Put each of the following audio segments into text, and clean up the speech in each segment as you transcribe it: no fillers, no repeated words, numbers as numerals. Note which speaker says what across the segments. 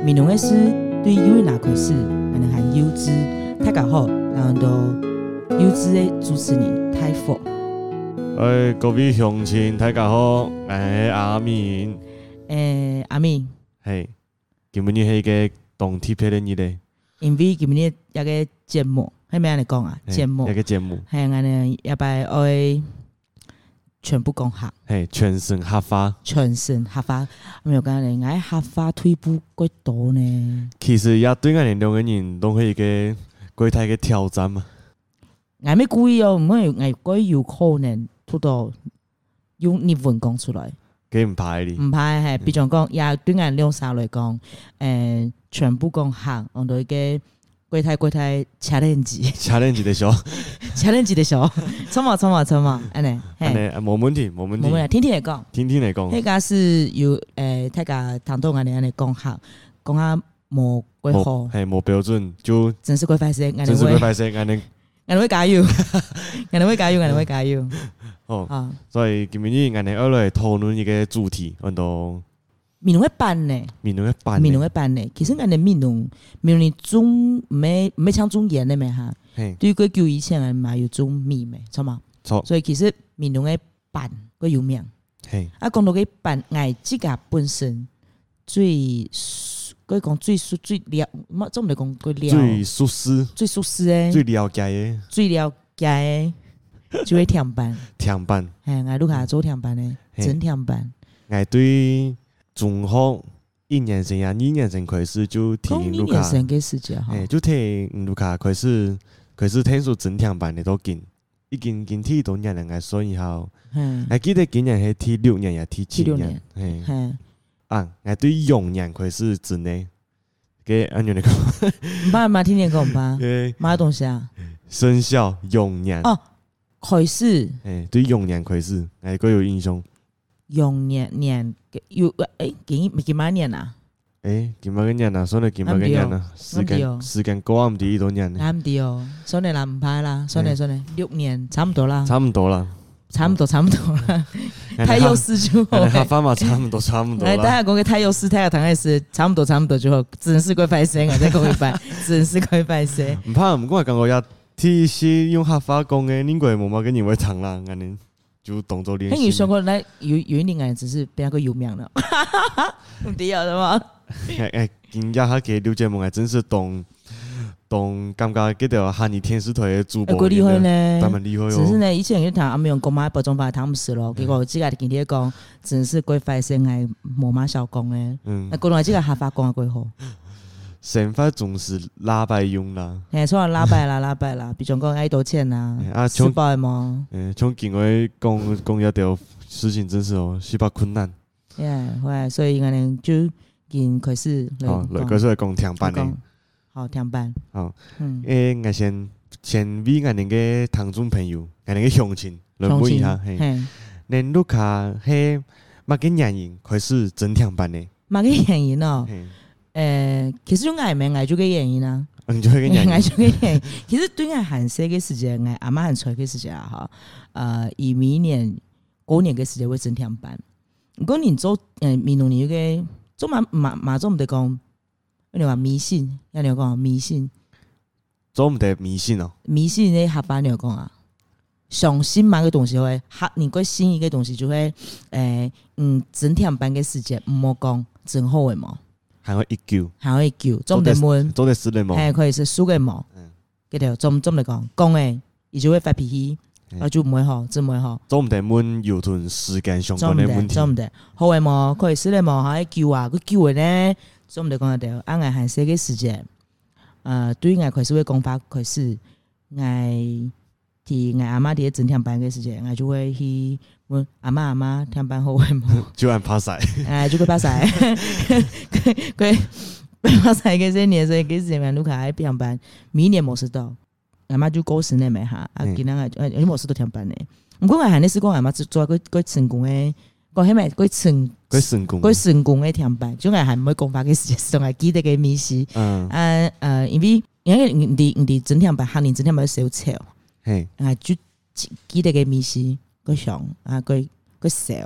Speaker 1: 闽南的诗对因为哪块是还能含优质太搞好，然后都优质的主持人太佛。
Speaker 2: 各位乡亲，大家好，我是阿明。
Speaker 1: 阿明，
Speaker 2: 嘿，今日是一个动特别的日嘞，
Speaker 1: 因为今日一个节目，係咩人嚟講啊？節目，
Speaker 2: 一個節目，
Speaker 1: 係我哋一擺愛全部講客，
Speaker 2: 嘿，全身合法，
Speaker 1: 全身合法，沒有講你愛合法退步幾多呢？
Speaker 2: 其實也對我哋兩個人都係一個幾大嘅挑戰嘛。
Speaker 1: 我咩故意哦，唔係我有可能突到用日文講出來。
Speaker 2: 佢唔怕你，
Speaker 1: 唔怕係，比如講，也對我兩三嚟講，全部講客，我哋嘅幾大 challenge
Speaker 2: 的小
Speaker 1: ，challenge 的小，錯嘛，安尼，
Speaker 2: 冇問題，冇問題，
Speaker 1: 天天嚟講，迄個是有大家談到我哋安尼講客，講下冇幾好，
Speaker 2: 係冇標準，就
Speaker 1: 真是幾快些，
Speaker 2: 真是幾快些，
Speaker 1: 我哋會加油，我哋會加油。
Speaker 2: 哦，所以今日我哋要來討論一個主題，我哋
Speaker 1: 闽南嘅班呢？闽南嘅班呢？其實我哋闽南中唔係像中原的咩哈？對佢叫以前嘅嘛有中米咩，錯嘛？
Speaker 2: 錯。所
Speaker 1: 以其實闽南嘅班佢有名。啊，講到嘅班，我自己本身最講最了，乜總唔係講佢了。最舒適嘅。最了解嘅。就會聽班，我都係做聽班的，真聽班。
Speaker 2: 我對中學1年生呀2年生開始就聽盧卡，1年
Speaker 1: 生嘅時節哈，
Speaker 2: 就聽盧卡開始聽說真聽班的都見，已經睇到年齡嘅所以後，我記得今年係睇6年呀睇7年，我對4年開始真的，嘅安樣嚟講，
Speaker 1: 唔怕聽你講吧，乜東西啊？
Speaker 2: 生肖4年哦。
Speaker 1: 開始，
Speaker 2: 對4年開始，我有印象。
Speaker 1: 4年有幾萬年啊？
Speaker 2: 幾萬年啊，所以幾萬年啊，時間過啊唔知多年。
Speaker 1: 唔知哦，所以啦唔怕啦，所以6年差唔多啦。
Speaker 2: 差唔多啦。
Speaker 1: 太幼師就好。
Speaker 2: 合法嘛，差唔多。
Speaker 1: 大家講嘅太幼師，太下堂嘅事，差唔多就好，真是鬼快聲啊！再講一擺，真是鬼快聲。
Speaker 2: 唔怕，唔講係講我一。ที่是用合法講嘅，應該冇乜嘅人會唱啦，我哋就當做練習。聽你說過，那有一年我只是比較有名了，唔對啊，嘛？今日下嘅了解夢係真是當感覺嗰條漢語電視台嘅主播，
Speaker 1: 厲害呢，
Speaker 2: 當然厲害哦。
Speaker 1: 只是呢，以前佢談阿妹用講馬包裝法談唔死咯，結果自家今天講，真是鬼快聲係冇乜效講嘅。那講到這個合法講係幾好。
Speaker 2: 成法總是喇叭用啦，
Speaker 1: 錯啦，喇叭啦，比如講愛道歉啦，失敗嘛。
Speaker 2: 從見我講一條事情，真是哦，失敗困難。
Speaker 1: 會，所以我哋就見開始
Speaker 2: 嚟講聽班嘅。
Speaker 1: 好，聽班。
Speaker 2: 好，我先為我哋嘅聽眾朋友，我哋嘅鄉親來問一下，你盧卡係乜嘅原因開始真聽班嘅？
Speaker 1: 乜嘅原因哦？其實種愛咪愛咗嘅原因啦，愛咗嘅原因。其實對我韓細嘅時間，我阿媽韓出嘅時間啊，以每年過年嘅時間會真聽班。過年做闽南人嘅做馬做唔得講，你話迷信，有你講迷信，
Speaker 2: 做唔得迷信哦。迷
Speaker 1: 信嘅合班你講啊，上新買嘅東西會合你個心意嘅東西就會真聽班嘅時間唔好講真好嘅嘛。
Speaker 2: 還會一叫，
Speaker 1: 做唔得悶，
Speaker 2: 做得死的冇，
Speaker 1: 可以是輸嘅冇，嗰條做嚟講嘅，伊就會發脾氣，就唔會好，真唔會好。
Speaker 2: 做唔得悶，有段時間相關嘅問題。
Speaker 1: 做唔得，好嘅冇，可以死嘅冇，可以叫啊，佢叫嘅呢，做唔得講得，按我韓細嘅時間，對於我開始會講法，開始我啲我阿媽啲真聽班嘅時間，我就會去問阿媽聽班好嘅冇，
Speaker 2: 就按拍晒，
Speaker 1: 就佢拍晒，佢拍晒嘅些年，所以幾時咪盧卡喺聽班，每年冇事到，阿媽就過世呢咪嚇，見到你冇事到聽班呢。唔過我係你試過阿媽做個成功嘅，個係咪個成功嘅聽班，就係唔會講法嘅事，仲係記得嘅秘事。因為唔啲真聽班，下年真聽班少潮。就記得嘅意思，佢上佢笑，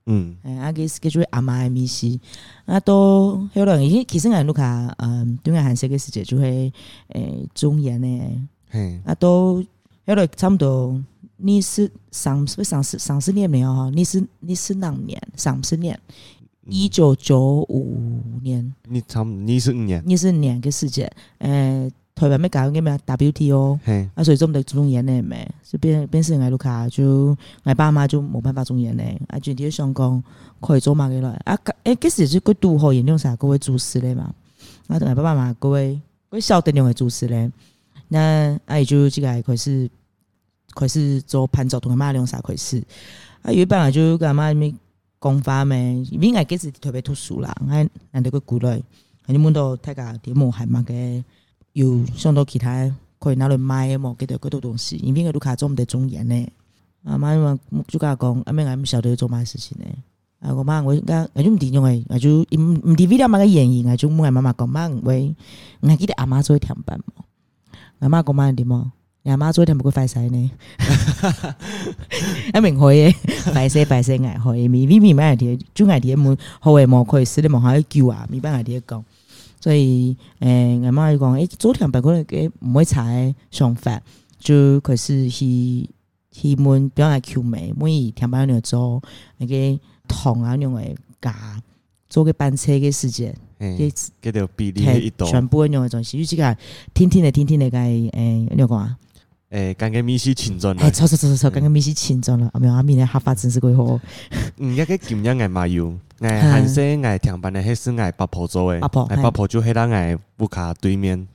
Speaker 1: 个是叫做阿妈的米西，都迄个人其实俺卢卡对俺韩式个世界就会中原的，都迄个差不多你是上十年没有哈？你是哪年？30年，1995年，
Speaker 2: 你差不多25年
Speaker 1: ，25年个世界，台湾没搞个咩 WTO， 所以做唔到中原的咩，就变成俺卢卡就俺爸妈就冇办法中原的，具体想讲可以做嘛个来，嗰时就个拄好引用啥各位主持嘞嘛，俺爸爸妈各位晓得用的主持嘞，那就这个开始做潘总同俺妈用啥回事，有一半就跟俺妈咪讲法咩，因为嗰时特别读书啦，俺哋个古来，你们都睇下啲冇系嘛嘅。有上到其他可以拿来卖的嘛，给到嗰度东西，因为我都卡做唔得中原呢。阿妈就甲讲，阿妹俺唔晓得做乜事情呢。我妈我就唔知用诶，我就唔知为了乜个原因，我就问俺妈妈讲，妈我记得阿妈做一天班嘛。阿妈讲乜点么？阿妈做一天不过快晒呢。阿明可以快些快些挨可以，咪买啲，就挨啲冇好诶冇可以死你冇可以叫啊，咪帮挨啲讲。所以，俺妈就讲，做天班可能嘅唔会查想法，就开始去问，比方求美，每天班要做那个糖啊，用来加做个班车嘅时间，
Speaker 2: 给条比例一度，
Speaker 1: 全部用那种，是这个天天的个，你讲啊？
Speaker 2: 刚刚米西清转啦，
Speaker 1: 错，刚刚米西清转了，阿咪呢合法真是鬼好。
Speaker 2: 一个今日爱嘛有，爱韩式爱天班的，迄是爱八婆做的，爱八婆就迄咱爱不卡对门。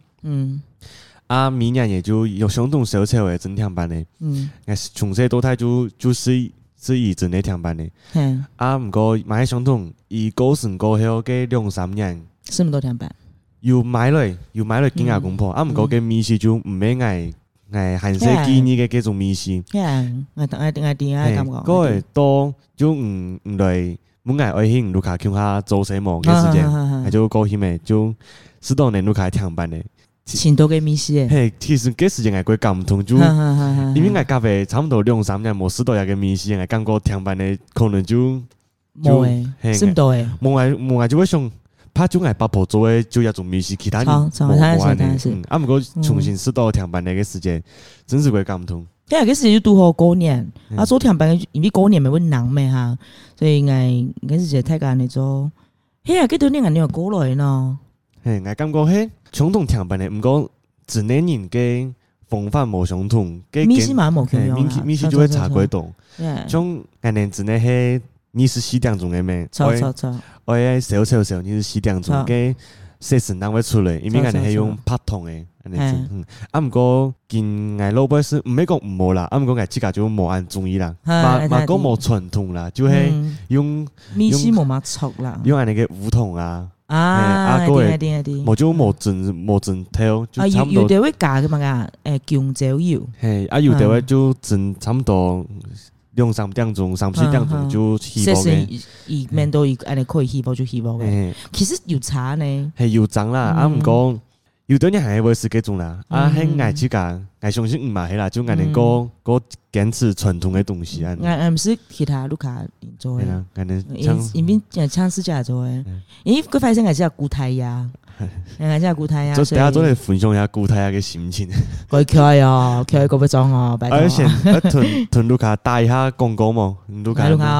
Speaker 2: 明年也就有相同小车的真天班的，爱从细到大就是以真的天班的，不过买相同，伊高升高后嘅2-3年，
Speaker 1: 什么都天班，
Speaker 2: 又买来金牙公婆，不过嘅米西就唔免爱韩式基尼嘅嗰種米線，
Speaker 1: 我感覺，
Speaker 2: 嗰個多就唔來，唔愛愛興盧卡強下做什麼嘅時間，係就高興嘅，就適當年盧卡聽班嘅，
Speaker 1: 前多嘅米線，
Speaker 2: 嘿，其實嗰時間係佢感唔同，就因為我咖啡差唔多2-3年冇適當一個米線，係感覺聽班嘅可能就
Speaker 1: 冇誒，識唔到誒，
Speaker 2: 冇就會想。他就爱八婆做的就要做米西，其他人冇玩的。不过重新适到天班那个时间，真是会感唔通。
Speaker 1: 因为嗰時要拄好過年，做天班因為過年咪會冷咩哈，所以嗰時就睇下你做，嗰度你你又過來咯。
Speaker 2: 我感覺係相同天班的，不過一年人嘅風範冇相同，
Speaker 1: 米西嘛冇咁樣，
Speaker 2: 米西就會差幾多。像一年之內係24點鐘嘅咩？
Speaker 1: 錯。
Speaker 2: 我喺小你是4點鐘嘅細神單位出嚟，因為我哋係用拍筒嘅，不過見我老闆是唔係講唔好啦，不過我自家就冇按中意啦，嘛講冇傳統啦，就係用
Speaker 1: 米西冇乜熟啦，
Speaker 2: 用那個梧桐啊，
Speaker 1: 啲，
Speaker 2: 冇就冇整條，就差唔多。
Speaker 1: 有啲會加嘅嘛㗎，姜椒油，
Speaker 2: 有啲會就整差唔多。2-3點鐘、3-4點鐘就起爆嘅，
Speaker 1: 伊面都安尼可以起爆就起爆嘅。其實有差呢，
Speaker 2: 係有爭啦，唔過有啲人係會是嗰種啦，喺愛自家，愛相信唔係啦，就愛能個堅持傳統嘅東西啊。
Speaker 1: 唔是其他盧卡做嘅，因為搶私家做嘅，因為佢發現係只固態呀。人家固態呀，
Speaker 2: 就大家都嚟分享一下固態呀嘅心情。
Speaker 1: 佢開啊，開個不裝啊，拜託。
Speaker 2: 而且同盧卡帶下廣告嘛，盧卡，
Speaker 1: 盧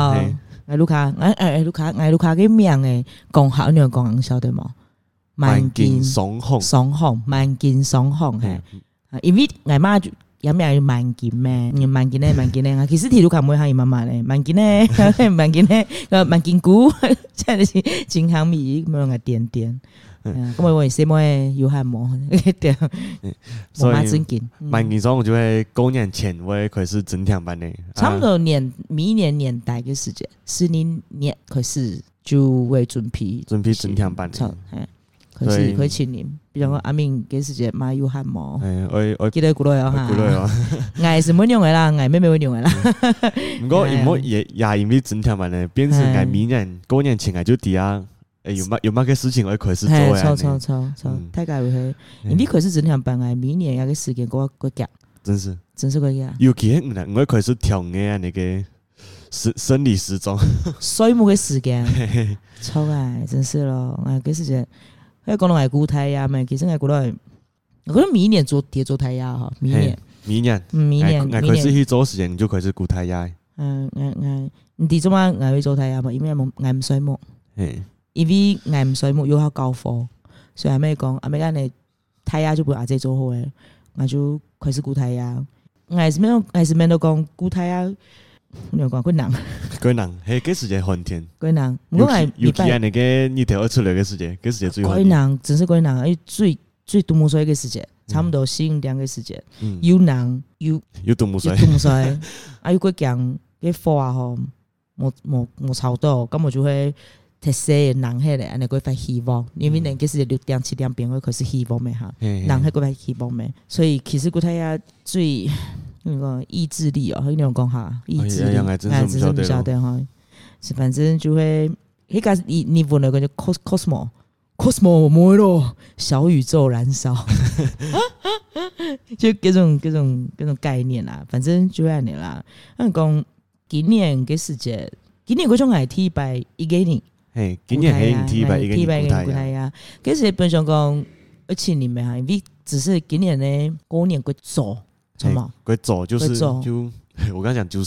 Speaker 1: 卡嘅名嘅講下，你講曉得冇？萬件爽紅，萬件爽紅係，因為我媽就。有咩要萬件咩？萬件咧，其實睇到佢每下要慢慢咧，萬件萬件股，即係你健康米咁樣嘅點。咁我寫咩要係冇點，冇乜真件。
Speaker 2: 萬件爽就係過年前會開始整天班嘅，
Speaker 1: 差唔多明年年代嘅時間，40年開始就會準備
Speaker 2: 整天班嘅。
Speaker 1: 可以請年，比如講阿明幾時節買要喊冇，記得古來哦哈，愛是冇用嘅啦，愛咩會用嘅啦。
Speaker 2: 唔過唔好也因為整天班咧，變成愛明年過年前愛就底下，有乜嘅事情我開始做嘅。
Speaker 1: 錯，太解會係，因為開始整天班愛明年有個時間過夾，
Speaker 2: 真是
Speaker 1: 過夾。
Speaker 2: 尤其係我開始調嘅那個生理时钟，
Speaker 1: 水木的时间，超爱，真是咯。哎，这时间，还讲到爱古太阳嘛，其实爱古到，我觉得明年做太阳哈，明年，
Speaker 2: 开始去做时间，你就开始古太阳。
Speaker 1: 你第做嘛爱去做太阳嘛？因为爱唔水木，因为爱唔水木又好高科，所以阿妹讲，阿妹讲你太阳就不阿这做好诶，我就开始古太阳。爱是咩都讲古太阳。你有讲过人，
Speaker 2: 嘿，这时间很甜。
Speaker 1: 过人，
Speaker 2: 尤其安那个日头要出来的时间，这时间最好。
Speaker 1: 过人真是过人，最杜木水的时间，差不多4-5的时间。有人有
Speaker 2: 杜木水，
Speaker 1: 啊有过强，个火啊吼，冇超到，咁我就会特些人迄个，安尼过发希望，因为那个时间6点7点变会开始希望咩哈，人迄个发希望咩，所以其实古太阳最。那个意志力哦，那种讲哈，意志力，真是不晓得哈。是反正就会，那个你问那个叫 cosmo，我摸咯，小宇宙燃烧，就各种概念啦。反正就安尼啦。那讲今年个时节，今年嗰种系提拜一个年，
Speaker 2: 嘿，今年系提拜一个
Speaker 1: 古太阳。个时本上讲，7年没哈，因为只是今年呢，过年过做。什么？
Speaker 2: 鬼走就是就，我刚讲就是，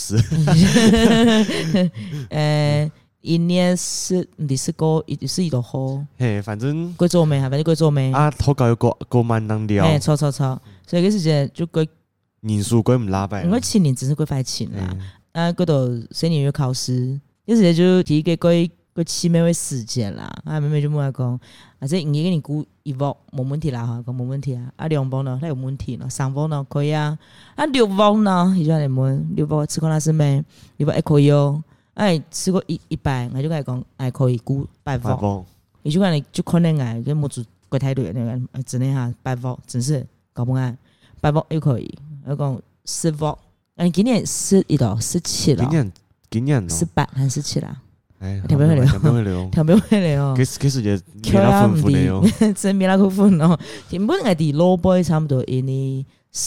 Speaker 1: 一年是你是过是一朵好，
Speaker 2: 嘿，反正
Speaker 1: 鬼做没，反正鬼做没
Speaker 2: 啊，投稿有过蛮难聊，
Speaker 1: 哎，错，所以个时间就鬼
Speaker 2: 人数鬼唔拉白，
Speaker 1: 因为7年只是鬼快7啦，啊，嗰度3年月考试，个时间就提个鬼7妹位时间啦，啊，妹妹就冇来讲。啊，这应该跟你估1波冇问题啦哈，讲冇问题啊。啊，2波呢，它有问题呢，3波呢可以啊。啊，6波呢，伊就来问6波吃过那是没？6波还可以哦。哎，吃过100，我就来讲还可以估8波。伊就讲你就可能哎，跟冇做过态度那个，只能哈8波，真是搞不安。8波又可以，我讲10波，哎，今年11到17了，
Speaker 2: 今年
Speaker 1: 18还是17啦。
Speaker 2: 调不
Speaker 1: 回来哦。
Speaker 2: 其实也米拉分的哦，
Speaker 1: 真米拉分哦。原本係啲老 boy 差不多印尼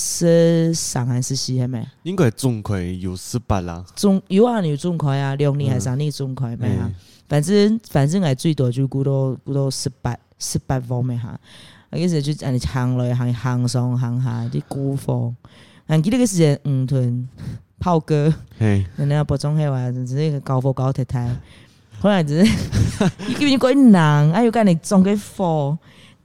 Speaker 1: 13還是14係咪？
Speaker 2: 應該中快有18啦。
Speaker 1: 有啊，有中快啊，2年還是3年中快咩哈？反正係最多就估到18方咩哈？嗰時就按行來行上行下啲股貨，還記得嗰時屯炮哥，人家播種係話，只是個高貨高太太。後來只是，伊基本嗰啲人，啊要跟你種嘅貨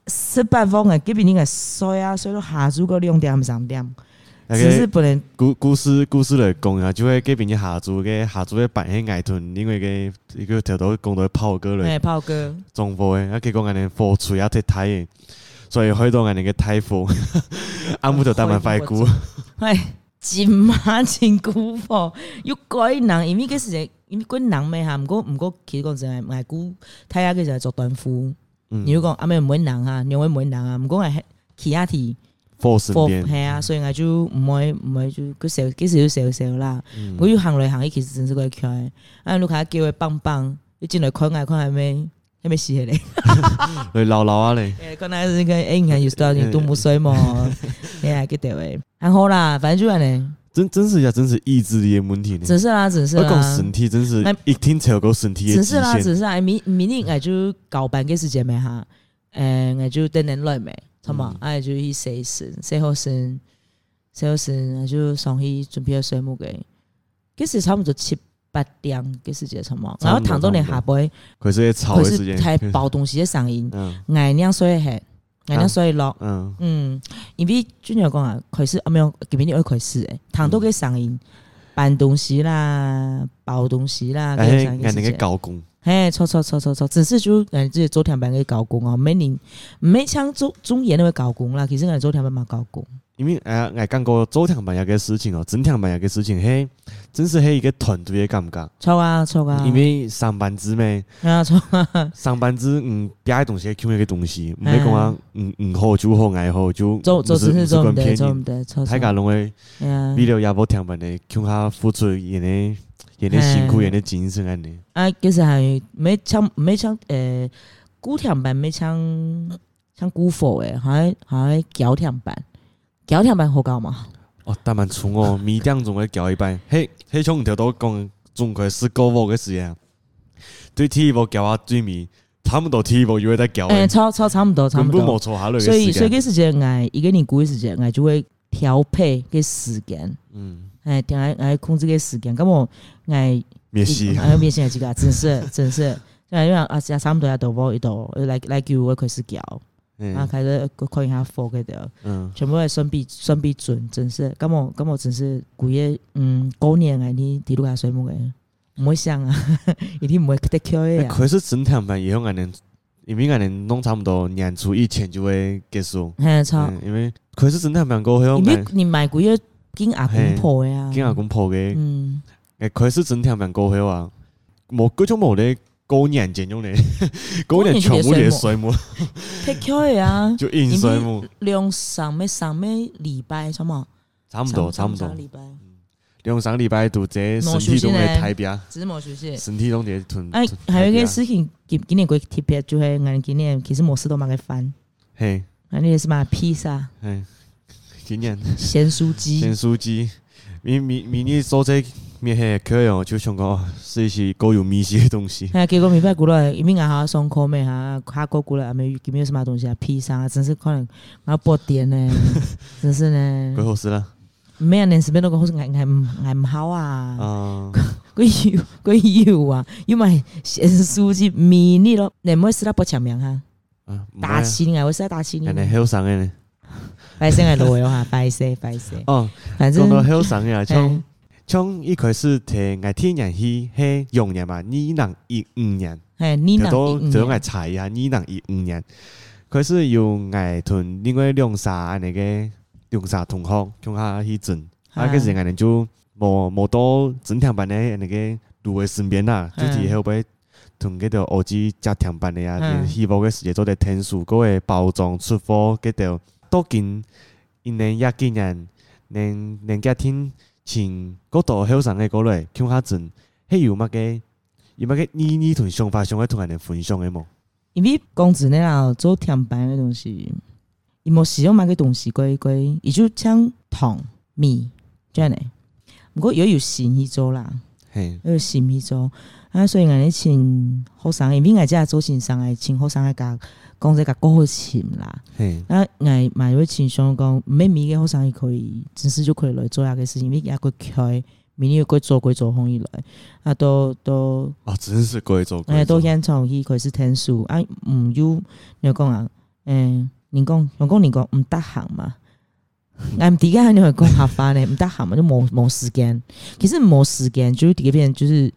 Speaker 1: ，18方嘅基本應該衰啊，衰到下晝個2點3點，只是不能
Speaker 2: 故事嚟講啊，就係基本嘅下晝嘅辦喺外屯，因為一個條到講到炮哥嚟，
Speaker 1: 炮哥
Speaker 2: 種貨嘅，啊佢講人哋貨出啊太太嘅，所以開到人哋嘅太貨，啱冇就帶埋快股，
Speaker 1: 係真馬真股貨，要改人，因為嗰時。因為嗰人咩嚇，唔過其實講真係賣股睇下嘅就係做短褲。如果講阿妹唔會人嚇，兩位唔會人啊，唔過係其他啲
Speaker 2: 貨身邊
Speaker 1: 係啊，所以我就唔會就佢少幾時都少啦。我要行來行去其實真係幾強。啊，你睇叫佢棒，你進來看係咩事嚟？
Speaker 2: 你鬧啊你！
Speaker 1: 可能係個你看有時候你都冇水嘛，你係幾條位？還好啦，反正就係呢。
Speaker 2: 真是意志力的問題呢。
Speaker 1: 真是啦。我
Speaker 2: 講身體真是一聽才有身體的極限。
Speaker 1: 真是啦。明年我就搞半個時間咪哈，我就等人來咪，係嘛？我就去洗好身，我就上去準備睡夢嘅。嗰時差唔多7-8點嘅時間，係嘛？然後躺到你下背，
Speaker 2: 佢是吵嘅時間，
Speaker 1: 係爆東西嘅聲音，嗌兩水係。然後所以落，因為專業講啊，開始啊沒有，基本你要開始誒，糖都嘅聲音，搬東西啦，包東西啦，
Speaker 2: 誒，人哋嘅搞工，
Speaker 1: 嘿，錯，只是就人哋做甜品嘅搞工啊，每像中研嘅搞工啦，其實人哋做甜品嘛搞工。
Speaker 2: 因為我講過做甜品有個事情哦，整甜品有個事情係，真是係一個團隊嘅感覺。
Speaker 1: 錯啊。
Speaker 2: 因為上班族咩？
Speaker 1: 錯啊。上
Speaker 2: 班族第一東西係搶一個東西，唔係講話好就好，愛好就
Speaker 1: 做真是做唔得，
Speaker 2: 大家攏會為了要部甜品嚟搶下付出人哋辛苦人哋精神安尼。
Speaker 1: 啊，其實係沒搶古甜品沒搶古貨誒，係攪甜品。攪甜品好搞嘛？
Speaker 2: 哦，但蠻重哦，米漿仲會攪一擺。嘿，從條都講总快19步嘅时间，对第一步叫我对面，差不多第一步就会在叫。
Speaker 1: 差不多，
Speaker 2: 根本冇错下来。
Speaker 1: 所以个时间一个年过嘅时间，就会调配个时间。控制个时间，咁我
Speaker 2: 面试，
Speaker 1: 面试几个，真是。因为差不多要到步一度，来叫我开始叫，开始看一下课嘅掉，全部系顺必准，真是。咁我真是规个过年你伫路下水木嘅，唔会想啊，一定唔会得巧嘅。
Speaker 2: 开始整天班以后因为弄差不多年初以前就会结束。
Speaker 1: 差。
Speaker 2: 因为开始整天班过后，
Speaker 1: 因为你买规个经阿公婆嘅啊，
Speaker 2: 经阿公婆嘅，开始整天班过后啊，冇嗰种冇咧。过年前用的，过年全部连水母，
Speaker 1: 太巧的啊！
Speaker 2: 就硬水母。
Speaker 1: 上咩礼拜什么？
Speaker 2: 差不多。上礼拜都这身体都在台边，
Speaker 1: 只是冇休息，
Speaker 2: 身体都在吞。
Speaker 1: 还有一个事情，今年过特别，就系我今年其实冇事都蛮个饭。
Speaker 2: 嘿，
Speaker 1: 那你也是买披萨。
Speaker 2: 嘿，今年
Speaker 1: 咸酥鸡，
Speaker 2: 明年做这。面黑可以就想讲是够有米线的东西。
Speaker 1: 结果明白过来，因为俺还上课没哈过过来，还没有什么东西啊，披萨真是可能我要爆点呢，真是呢。
Speaker 2: 鬼好事啦！
Speaker 1: 没人是边那个好事，俺唔好啊。鬼有啊，因为咸酥鸡迷你咯，你唔会食到不强名哈。大气我食大气。
Speaker 2: 人哋好上嘅呢？
Speaker 1: 白色系路嘅哈，白色。
Speaker 2: 哦，反正讲到好上嘅像一开始摕爱天然去迄用年嘛，2015年，就爱查一下2015年，开始有爱同另外两三同学向下去整，嗰时爱就冇到整天班的那个路的身边啦，就是后尾同嗰条学子加天班的啊，希望嘅时间做啲天数，嗰个包装出货嗰条都近一年也几年，年家听。请嗰度后生嘅过来，向下整，迄有乜嘅？你同想法想要同人哋分享嘅冇？
Speaker 1: 因为公司那啦做甜班嘅东西，伊冇使用乜嘅东西，伊就像糖米这样嘅。不过有新去做啦，有新去做所以我哋请后生，因为我家做新生嘅，请后生嘅讲这个过好请啦。我买会请想讲，每米嘅后生可以，真是就可以来做下个事情，因为也个开，明年个做红以来，都
Speaker 2: 真是过做，
Speaker 1: 都先从伊开始天数有你讲啊，你讲唔得闲嘛？俺第一个你会讲合法呢，唔得闲嘛，就冇时间。其实冇时间，就是第一遍就是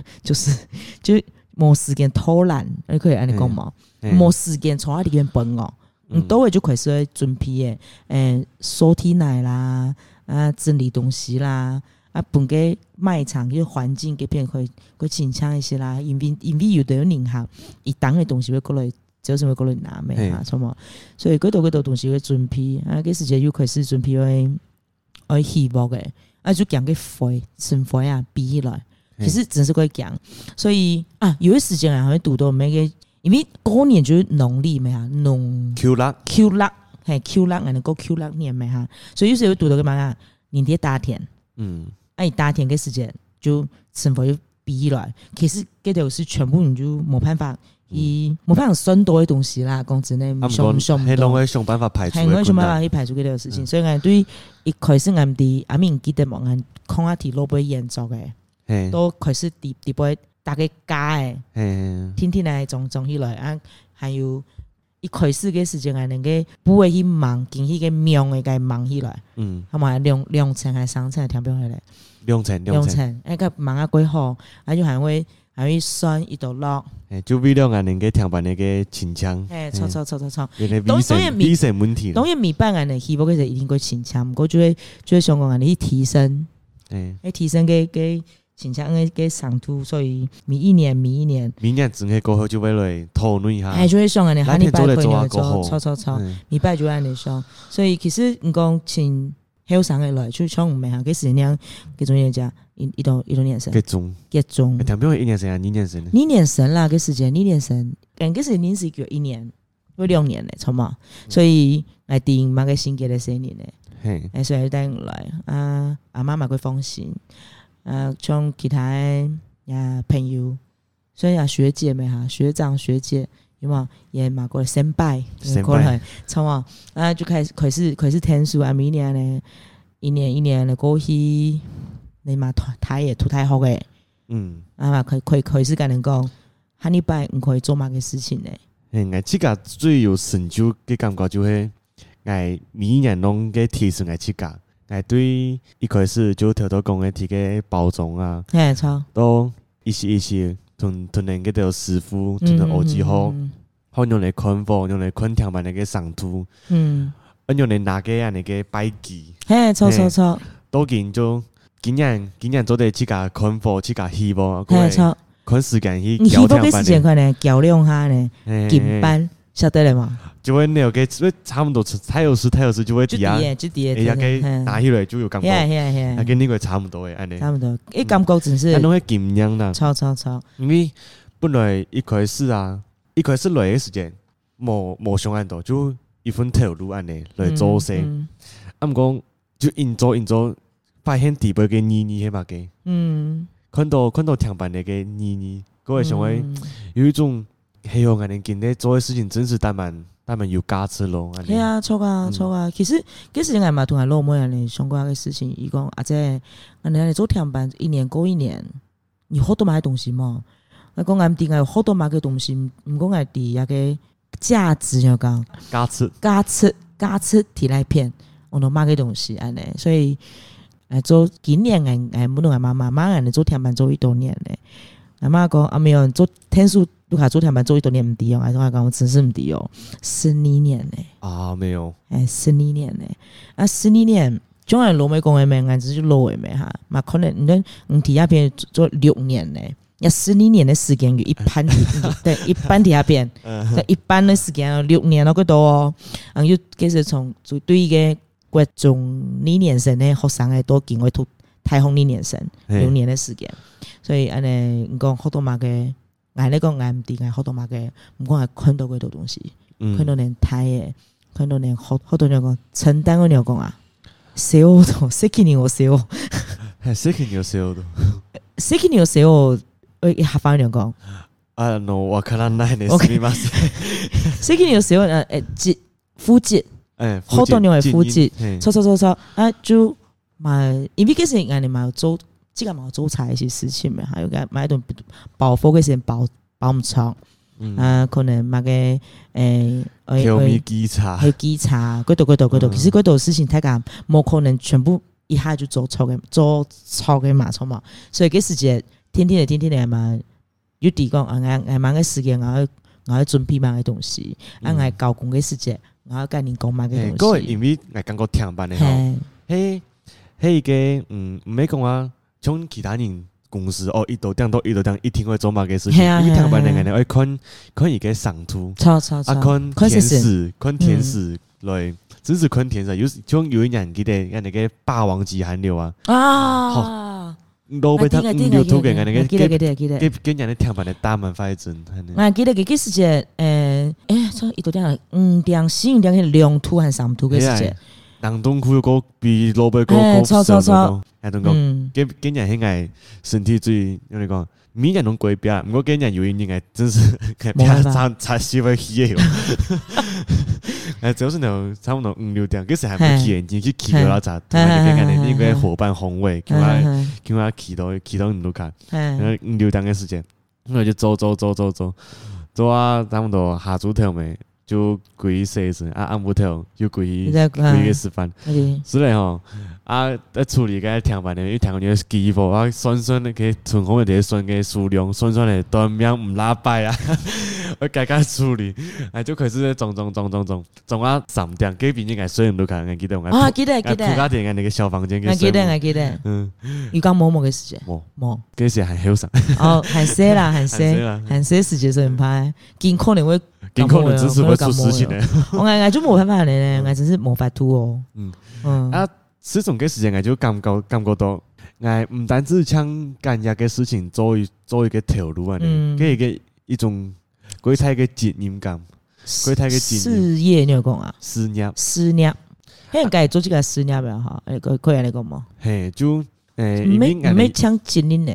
Speaker 1: 冇时间偷懒，你可以安尼讲嘛？冇时间坐喺里边笨哦，都会就开始准备收体奶啦，整理东西啦，本给卖场个环境给变会紧张一些啦，因为有的人行，伊当的东西会过来，就是会过来拿咩哈，错嘛？所以嗰度东西会准备，嗰时间又开始准备去希望嘅，就讲个灰生灰比起来。其实真是会讲，所以有些时间会读到每个，因为过年就是农历嘛哈，农 Q 六，系 Q 六，人个 Q 六年嘛哈，所以有时会读到个嘛啊，年底大田，大田嘅时间就生活就比起来，其实嗰条是全部你就冇办法，冇办法算多嘅东西啦，讲真咧，
Speaker 2: 系拢会想办法排除，
Speaker 1: 系我想办法去排除嗰条事情，所以我对一开始我哋阿明记得望眼抗下题落不严重嘅。都开始底部大概加诶，天来种起来还有一开始嘅时间能够不会去忙，经迄个忙诶，该忙起来，好嘛2层还3层，听不起来，2层，个忙几好，就还会算一道落，
Speaker 2: 就为了能够听班那个清腔，
Speaker 1: 错，
Speaker 2: 当然米线问题，
Speaker 1: 当然米班人希望佢就一定会清腔，不过就会想讲你提升，提升嘅。请像个上图，所以明一年，明年
Speaker 2: 整个过后就会来讨论一下，
Speaker 1: 就会想安尼，下礼拜可能
Speaker 2: 做，
Speaker 1: 错，礼拜就安尼想，所以其实你讲请后生的来，就像唔系哈，嗰时样嗰种嘢讲，一度年生，結中，
Speaker 2: 聽邊個1年生啊？2年生
Speaker 1: ？2年生啦，嗰時間2年生，嗰時年是叫1年，會2年咧，錯嘛？所以係定某個星期嘅4年咧，所以等來阿媽佢放心。 像其他呀朋友，所以学姐们哈，学长学姐有冇也嘛过先拜，可能从就开始天数明年呢，一年的过去，你嘛台也土太好嘅，嘛开始跟人讲，下礼拜唔可以做乜嘅事情咧。
Speaker 2: 我自家最有成就嘅感覺就係我每年攏嘅提升我自家，我對一開始就頭講嘅啲嘅包裝啊，都一時同人嘅條師傅同人學之後，可用嚟看貨，用嚟看條版嘅嘅上圖，用嚟拿嘅人嘅擺記，
Speaker 1: 錯，
Speaker 2: 都見就今年做啲自家看貨，自家希望，看時間去
Speaker 1: 調條版嘅，可能較量下呢，緊班曉得了嘛？
Speaker 2: 就會那個差唔多太有時就會啲啊，也個拿起來就有感覺，跟那個差唔多嘅，安尼。
Speaker 1: 差唔多，一感覺真是。
Speaker 2: 那會緊張啦。
Speaker 1: 超。
Speaker 2: 因為本來一開始來嘅時間，冇想咁多，就一份投入安尼來做事。咁講就硬做，發現底部嘅妮係嘛嘅。看到聽版那個妮，各位想會有一種希望我哋見咧做嘅事情真是但蠻有價值咯。
Speaker 1: 係啊，錯啊。其實嗰時我嘛同阿老妹人相關嘅事情，伊講阿姐，我哋做聽版一年過一年，你好多買東西嘛。我講我哋點解有好多買嘅東西，唔講我哋一個價值要講價值提來片，我都買嘅東西安尼，所以。做今年唔同媽媽做聽版做一多年咧，阿媽講阿沒有做天數，盧卡做聽版做一多年唔抵用，阿媽講我真是唔抵用，12年咧。啊，
Speaker 2: 沒有
Speaker 1: ，12年咧，12年，將來老妹講嘅咩，只是老嘅咩哈，嘛可能你提下邊做6年咧，要12年的時間，一般對一般提下邊，一般的時間6年嗰度哦，又其實從對嘅。國中2年生的學生都經過太空2年生6年的時間，所以安尼唔講好多嘛嘅，我咧講我唔知，我好多嘛嘅，唔講係看到幾多東西，看到人睇嘅，看到人好多人講承擔嘅人講啊，寫我都責任我寫我，
Speaker 2: 責任我寫我都，
Speaker 1: 責任我寫我，一下翻人講，
Speaker 2: わからないです。すみません。
Speaker 1: 責任我寫我負責。好多年係負責，錯就買，因為嗰時我哋買做，即係買做菜一些事情咪，還有個買一頓包貨嗰時包唔長，可能買個
Speaker 2: 調味機茶，
Speaker 1: 嗰度，其實嗰度事情太緊，冇可能全部一下就做錯嘅嘛，錯嘛，所以嗰時節天天嚟嘛，要提講我買個時間我要準備買個東西，我交工嘅時節。我要跟你講買嘅東西。
Speaker 2: 嗰個因為我感覺聽班嘅吼，迄個唔係講啊，像其他人公司一度聽一定會做乜嘅事情。因為聽班嘅人會看伊個上圖，看天使來，只是看天使，有一人記得人哋個霸王級韓流啊。老闆他唔要圖嘅人哋嘅，跟人哋聽班嘅大門快陣。
Speaker 1: 我記得嗰時節，所以一度聽5點4點嘅2圖和3圖嘅時節，
Speaker 2: 人東區個比老闆高
Speaker 1: 錯，
Speaker 2: 係同講，跟人係愛身體最，用嚟講，每人攏過邊，唔過跟人有因係真是係差少會起嘅喎。主要是那差不多5-6點，嗰時還沒起眼睛去起到那咋，同埋跟人哋那個夥伴紅位，叫我起到你都看，5-6點嘅時間，我就走啊，差不多下晝頭咪就歸去洗暗晡頭就歸去食飯，是嘞吼。在處理個聽班的，因為聽班的機貨算那個存貨的算個數量，算的斷命唔拉敗啊！我改處理，就開始種啊3點，嗰邊應該水人都看，記得我記得，鋪家店那個小房間，
Speaker 1: 我記得，有講某個時間，冇，
Speaker 2: 嗰時還好少，
Speaker 1: 很細時間所以唔怕，見可能會
Speaker 2: 只是會出事情的，
Speaker 1: 我就冇辦法咧，我真是冇法度
Speaker 2: 哦，這種嘅時間我就感覺到，我唔單止將幹一個事情做一個投入啊，給一種歸太嘅責任感，歸太嘅
Speaker 1: 事業你有講啊？
Speaker 2: 事業，
Speaker 1: 因為做這個事業比較好，可以嚟講嗎？
Speaker 2: 就因为
Speaker 1: 没抢真哩呢。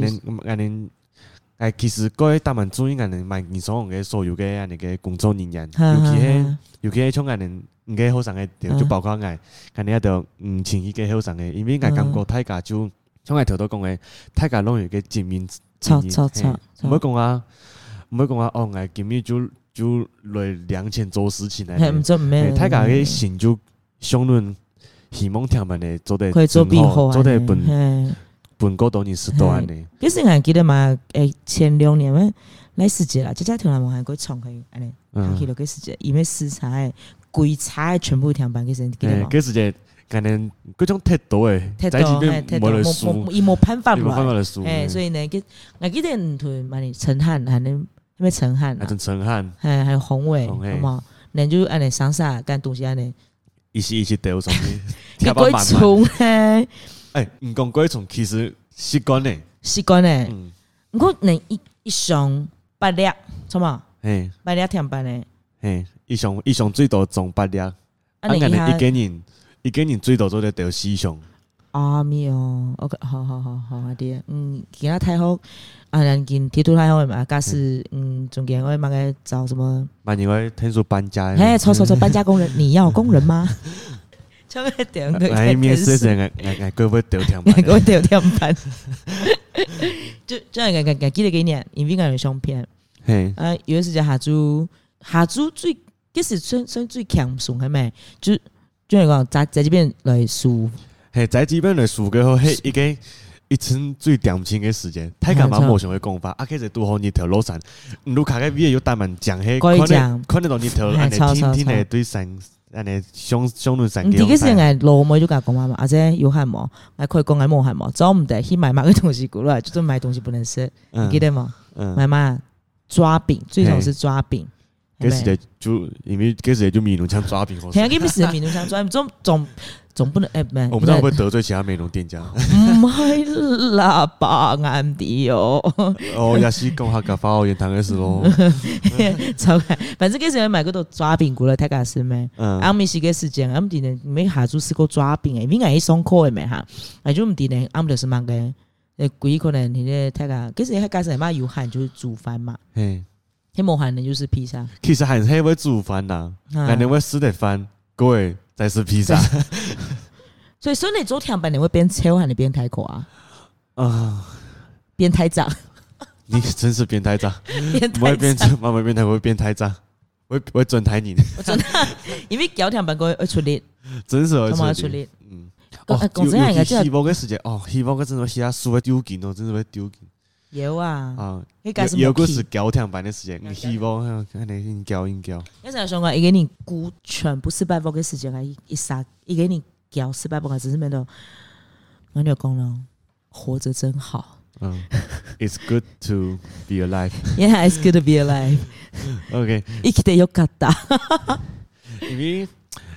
Speaker 2: 其实各位大满注意蛮轻松嘅所有嘅那个工作人员，尤其像唔嘅好上嘅，就包括一條前期嘅好上嘅，因為感覺大家就像頭都講嘅，大家攏有個正面，唔會講啊，哦，今日就來2000做事情嚟，大家嘅心就相論，希望聽聞嘅做得真好，做得本過多年10多年。
Speaker 1: 其實我記得嘛，前2年咩來世界啦，這家聽人問佢創佢安尼，去到個世界，因為時差。規差全部聽班，其實記得嘛？
Speaker 2: 嗰時就可能嗰種態度誒，在這邊冇得輸，
Speaker 1: 伊冇辦法
Speaker 2: 來輸。
Speaker 1: 所以呢，我記得唔同嘛，陳漢還能咩陳漢啊？
Speaker 2: 陳漢，
Speaker 1: 還有洪偉，好嘛？人就安尼上啥幹東西安尼，
Speaker 2: 一時掉上去，
Speaker 1: 聽不慢。誒，
Speaker 2: 唔講鬼蟲，其實習慣
Speaker 1: 誒，唔過人一上8粒，錯嘛？8粒聽班誒。
Speaker 2: 一上最多中8粒，一個人最多做得到4上。
Speaker 1: 啊咪哦 ，OK， 好啲，其他太好，人見鐵土太好嘛，假使中間我馬個找什麼？
Speaker 2: 萬年我聽說搬家，
Speaker 1: 錯，搬家工人，你要工人嗎？做咩點個？
Speaker 2: 面試時佢會掉天板，
Speaker 1: 佢掉天板，就記得幾年，因為我有相片，有時就下租最。其實算最強順係咪？就係講在這邊來輸，
Speaker 2: 係在這邊來輸嘅話，係一陣最掂錢嘅時間。太幹嘛冇想去講法？其實都好你條路上，路卡嘅邊有大門講係，可能到你條安尼天嚟對山，安尼相論山嘅。
Speaker 1: 啲嘅係路冇就講嘛，而且有漢冇，可以講係冇漢冇，走唔得去買個東西過來，就是買東西不能食，你記得嗎？買嘛抓餅，最少是抓餅。
Speaker 2: 嗰時就因為嗰時就美濃腔抓餅好食。
Speaker 1: 係嗰時美濃腔抓餅總不能
Speaker 2: 我不知道會不會得罪其他美濃店家。
Speaker 1: 唔係啦吧，啱啲
Speaker 2: 哦，也是講下個發號言堂嘅事咯。
Speaker 1: 反正嗰時買嗰度抓餅過來睇下是咩？啱咪是個時間，啱啲呢沒下晝試過抓餅嘅，因為係上課嘅咩嚇？係就唔啲呢，啱就是乜嘅？幾可能你咧睇下，嗰時喺家陣嘛有漢就是煮飯嘛。黑冇漢的就是披薩，
Speaker 2: 其實還是會煮飯啦，但你會食得飯，各位再吃披薩。
Speaker 1: 所以你做天班你會變超還是變太誇啊？變太雜，
Speaker 2: 你真是變太雜，唔會變超，慢慢變太會變太雜，會轉台你。
Speaker 1: 因為搞天班個會出力，
Speaker 2: 真是會出
Speaker 1: 力。
Speaker 2: 講真係嘅，希望嘅時間希望嘅真係下輸會丟緊哦，真係會丟緊。
Speaker 1: 有啊，
Speaker 2: 有個是交天班的時間，希望可能應交。有時想講，一個人顧全部400步嘅時間，一個人交400步，只是咩都，我就講了，活着真好。It's good to be alive. Yeah, it's good to be alive. OK. 生きてよかった。 因為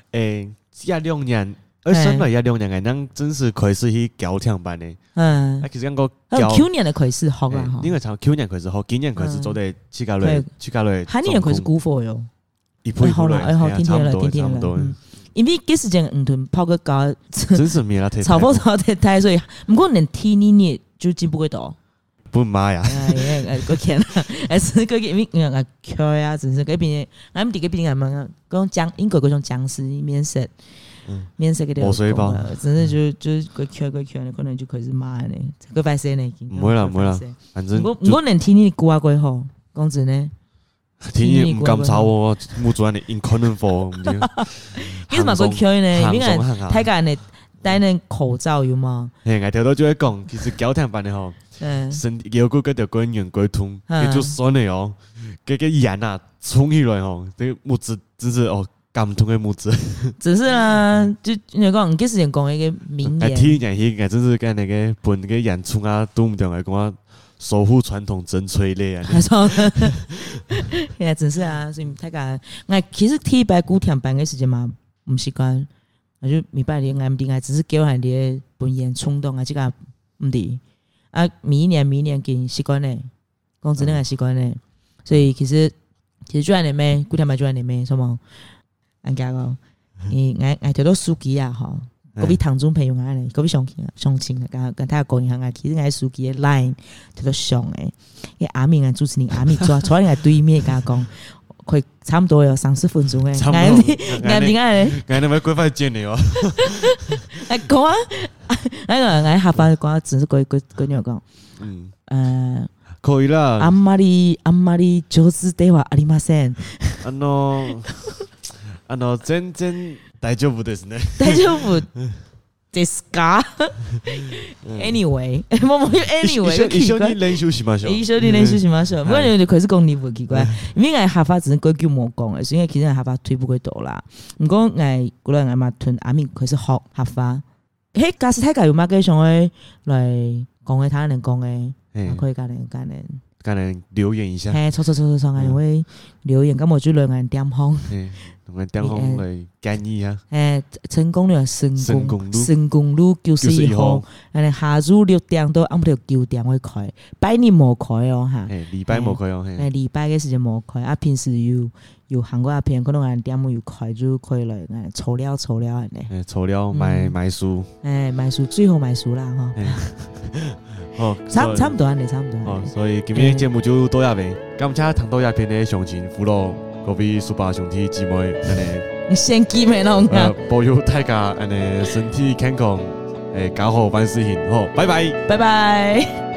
Speaker 2: 2年。生來2年嘅人真是開始去交天班嘅，其實感覺
Speaker 1: 去年的開始學啦，
Speaker 2: 因為從去年開始學，今年開始做啲去家裏，
Speaker 1: 下年開始估貨喲，
Speaker 2: 一步一步來，
Speaker 1: 差唔多。因為嗰時間唔同拋個高，
Speaker 2: 真是沒啦，
Speaker 1: 炒貨炒得太，所以唔過能聽你就進步會多。
Speaker 2: 不媽呀！
Speaker 1: 個天，還是個因為缺啊，真是嗰邊，我們第個邊咁講英國嗰種僵屍面食。面色嘅啲，真係就個缺，可能就開始罵呢，個快些呢，
Speaker 2: 唔會啦，反正
Speaker 1: 我能聽你估下幾好，講真呢，
Speaker 2: 聽你唔敢炒我，冇做你 inconvenient for，唔知。
Speaker 1: 其實嘛個缺呢，因為睇下人哋戴呢口罩有嘛，
Speaker 2: 我條到就會講，其實交天班嘅吼，身體有個條關元鬼痛，佢就酸嘅哦，個鹽啊衝起來吼，這個木子真是哦。感動嘅母子，
Speaker 1: 只是啦，就你講，幾時人講一個名言？
Speaker 2: 聽人去，真是跟那個本個演出啊，都唔同嚟講，守護傳統真催淚啊！係啊，真是啊，所以大家，我其實睇白古天班嘅時間嘛，唔習慣，我就明白你啱啲，只是叫人哋本演衝動啊，這個唔啲啊，明年見習慣咧，講真係習慣咧，所以其實做人哋咩，古天班做人哋咩，什麼？人家講，我條到書記啊，嗬，
Speaker 1: 各位听众朋友啊，各位乡亲啊，跟他讲一下啊，其实我手机的 line 叫做上诶，因为阿明啊主持人阿明坐在我对面，跟他讲。快差不多有30分钟诶，
Speaker 2: 俺那边规划见你哦。
Speaker 1: 哎，讲啊，那个俺下班讲只是跟你讲，
Speaker 2: 可以啦。
Speaker 1: あんまり上手ではありません。
Speaker 2: 全然大丈夫ですね。
Speaker 1: 大丈夫ですか？Anyway，
Speaker 2: 一緒に練習しましょう。
Speaker 1: 一緒に練習しましょう。不過你哋開始講你唔奇怪，因為我下發只係句叫冇講嘅，所以其實我下發推不過到啦。唔過我嗰兩日嘛屯阿明開始學下發，嘿，假使睇下有乜嘅上去來講嘅，睇人講嘅，可以教人
Speaker 2: 留言一下。
Speaker 1: 嘿，錯，我會留言，咁我就兩個人點紅。
Speaker 2: 同佢點紅嚟建議啊！
Speaker 1: 成功率成功率91號，下晝6點到暗晡9點會開，拜年冇開哦嚇。
Speaker 2: 禮拜冇開哦。
Speaker 1: 禮拜嘅時間冇開，啊平時有韓國片，可能人點有開就開來，抽料安尼。
Speaker 2: 抽料買書。
Speaker 1: 買書最後買書啦吼。差唔多安尼。
Speaker 2: 所以今日節目就到這邊，感謝聽到這片嘅詳情附錄。各位蘇爸兄弟姊妹，
Speaker 1: 先見面咯，
Speaker 2: 保佑大家身體健康，搞好萬事興，好，拜拜。